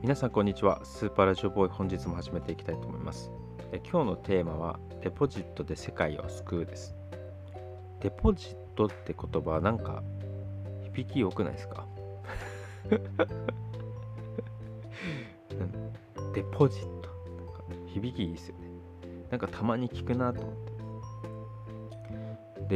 皆さんこんにちは。スーパーラジオボーイ、本日も始めていきたいと思います。今日のテーマはデポジットで世界を救うです。デポジットって言葉なんか響き良くないですか？デポジットなんか響きいいですよね。なんかたまに聞くなと思って。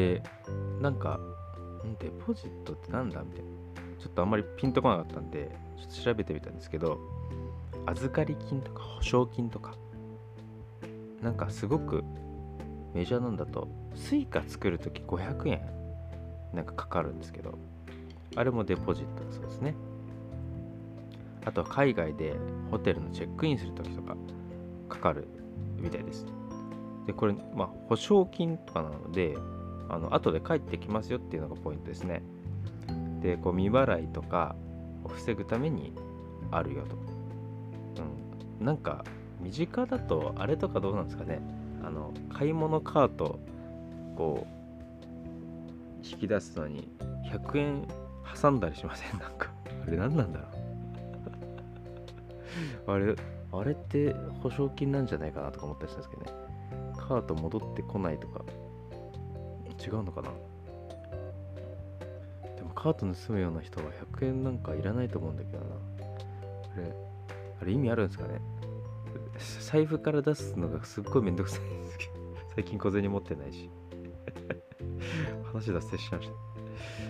で、なんかデポジットってなんだみたいな。ちょっとあんまりピンとこなかったんで、ちょっと調べてみたんですけど、預かり金とか保証金とか、なんかすごくメジャーなんだと、スイカ作るとき500円なんかかかるんですけど、あれもデポジットだそうですね。あとは海外でホテルのチェックインするときとかかかるみたいです。で、これ、保証金とかなので、後で帰ってきますよっていうのがポイントですね。で、こう未払いとかを防ぐためにあるよと。なんか身近だとあれとかどうなんですかね。買い物カートこう引き出すのに100円挟んだりしません？なんかあれ何なんだろう。あれって保証金なんじゃないかなとか思ったりしたんですけどね。カート戻ってこないとか違うのかな。でもカート盗むような人は100円なんかいらないと思うんだけどな。あれ意味あるんですかね。財布から出すのがすっごいめんどくさいんですけど、最近小銭持ってないし。話脱線しました。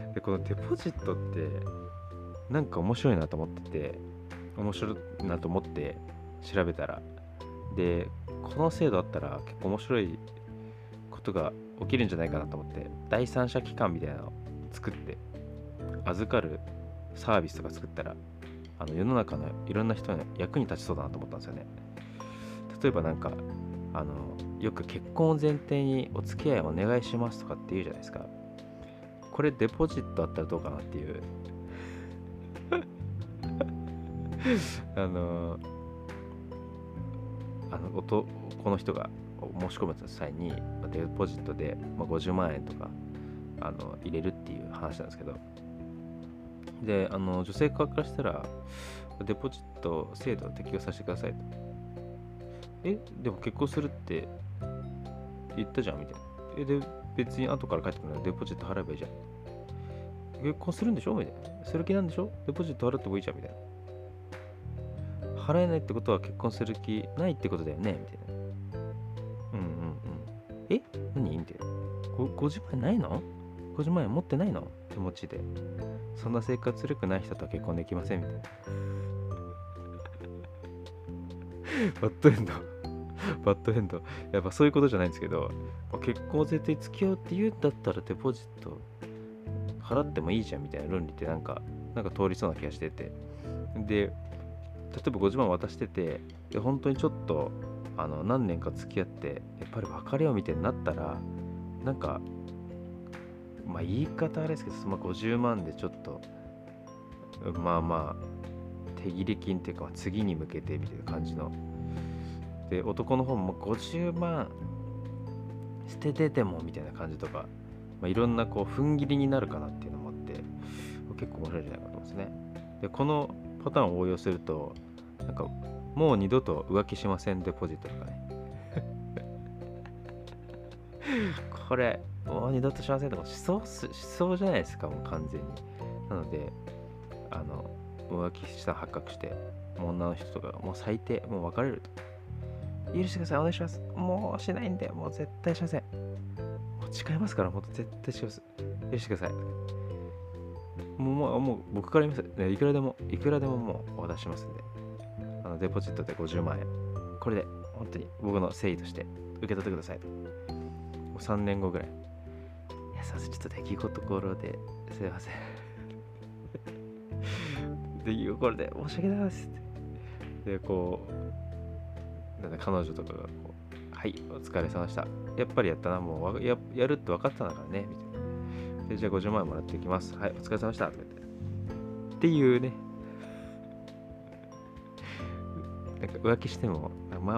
で、このデポジットってなんか面白いなと思ってて、面白いなと思って調べたら、で、この制度あったら結構面白いことが起きるんじゃないかなと思って、第三者機関みたいなのを作って預かるサービスとか作ったら、世の中のいろんな人の役に立ちそうだなと思ったんですよね。例えばなんかよく結婚を前提にお付き合いお願いしますとかって言うじゃないですか。これデポジットあったらどうかなっていう男の人が申し込む際にデポジットで50万円とか入れるっていう話なんですけど、で女性側からしたらデポジット制度を適用させてくださいと。でも結婚するって言ったじゃんみたいな。で別に後から帰ってくるのデポジット払えばいいじゃん。結婚するんでしょみたいな。する気なんでしょ？デポジット払ってもいいじゃんみたいな。払えないってことは結婚する気ないってことだよねみたいな。え何みたいな。50万円ないの？ 50 万円持ってないの？手持ちで。そんな生活力ない人とは結婚できませんみたいな。バッドエンド。バッドエンド。やっぱそういうことじゃないんですけど、結婚前提付き合うって言うんだったらデポジット払ってもいいじゃんみたいな論理ってなんか通りそうな気がしてて。で、例えば50万渡してて、で本当にちょっと何年か付き合ってやっぱり別れようみたいになったら、なんか言い方あれですけど、50万でちょっと手切れ金っていうか次に向けてみたいな感じので、男の方も50万捨てててもみたいな感じとか、いろんな踏ん切りになるかなっていうのもあって、結構面白いんじゃないかと思うんですね。で、このパターンを応用すると、なんかもう二度と浮気しませんデポジットとかね。これもう二度としませんとかしそうじゃないですか、もう完全に。なので浮気した発覚して、もう女の人とかがもう最低、もう別れると。許してください、お願いします。もうしないんで、もう絶対しません。もう誓いますから、もう絶対します。許してください。もう僕から言います。いくらでももうお渡ししますんで。デポジットで50万円。これで、本当に僕の誠意として受け取ってください。もう3年後ぐらい。いや、ちょっと出来心ですいません。出来心で申し訳ないですって。で、彼女とかがはい、お疲れ様でした。やっぱりやったな、もうやるって分かったんだからね、みたいな。で、じゃあ50万円もらっていきます。はい、お疲れ様でした。とか言って。っていうね、なんか浮気しても、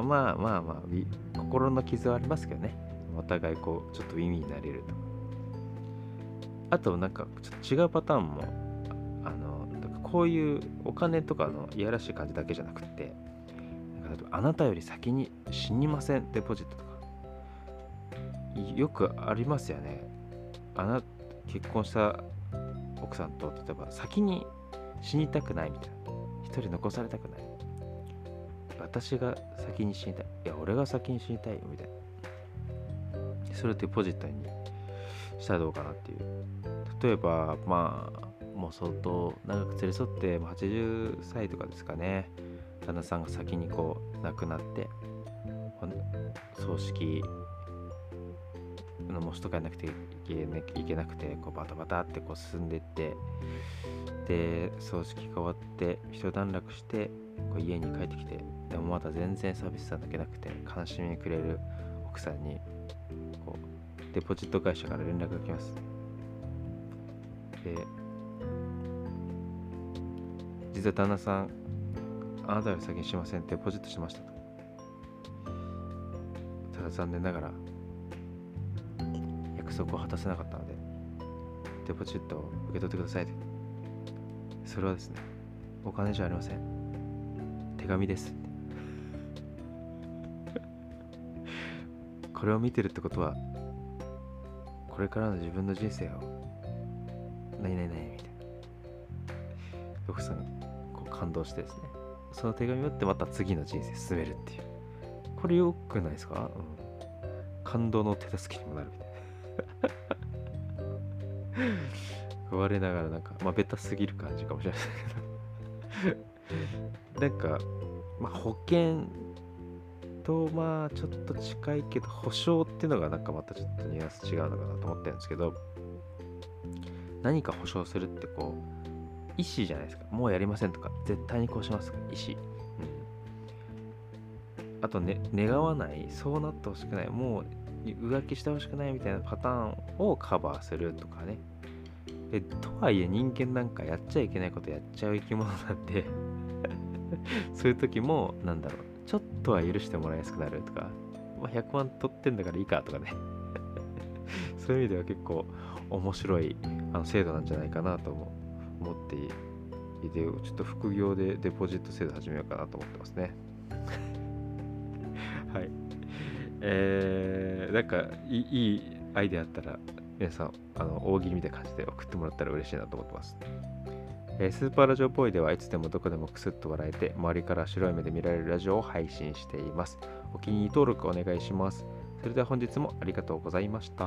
心の傷はありますけどね。お互いちょっとウィンウィンになれると。あと、なんかちょっと違うパターンも、 こういうお金とかのいやらしい感じだけじゃなくて、なんかあなたより先に死にませんデポジットとかよくありますよね。結婚した奥さんと例えば先に死にたくないみたいな、一人残されたくない、私が先に死にたい、いや俺が先に死にたいよみたいな、それってデポジットにしたらどうかなっていう。例えばまあもう相当長く連れ添ってもう80歳とかですかね、旦那さんが先にこう亡くなって葬式の模試とかやなくていけなくてこうバタバタってこう進んでいって、で葬式が終わって一段落してこう家に帰ってきて、でもまだ全然寂しさだけなくて悲しみにくれる奥さんにこうデポジット会社から連絡が来ます。で実は旦那さんあなたより先にしません、デポジットしましたと。ただ残念ながら約束を果たせなかったのでデポジットを受け取ってくださいと。それはですね、お金じゃありません、手紙ですこれを見てるってことはこれからの自分の人生を何々みたいな、奥さんこう感動してですね、その手紙を持ってまた次の人生進めるっていう、これ良くないですか、感動の手助けにもなるみたいな我ながらなんかベタすぎる感じかもしれないけどなんか保険とちょっと近いけど保証っていうのがなんかまたちょっとニュアンス違うのかなと思ってるんですけど、何か保証するってこう意思じゃないですか。もうやりませんとか絶対にこうしますとか意思、あとね、願わない、そうなってほしくない、もう浮気してほしくないみたいなパターンをカバーするとかね。とはいえ人間なんかやっちゃいけないことやっちゃう生き物なんでそういう時もちょっとは許してもらいやすくなるとか、100万取ってんだからいいかとかねそういう意味では結構面白い制度なんじゃないかなと思っていて、ちょっと副業でデポジット制度始めようかなと思ってますねはい。なんかいいアイデアあったら皆さん大喜利みたいな感じで送ってもらったら嬉しいなと思ってます。スーパーラジオボーイではいつでもどこでもクスッと笑えて周りから白い目で見られるラジオを配信しています。お気に入り登録お願いします。それでは本日もありがとうございました。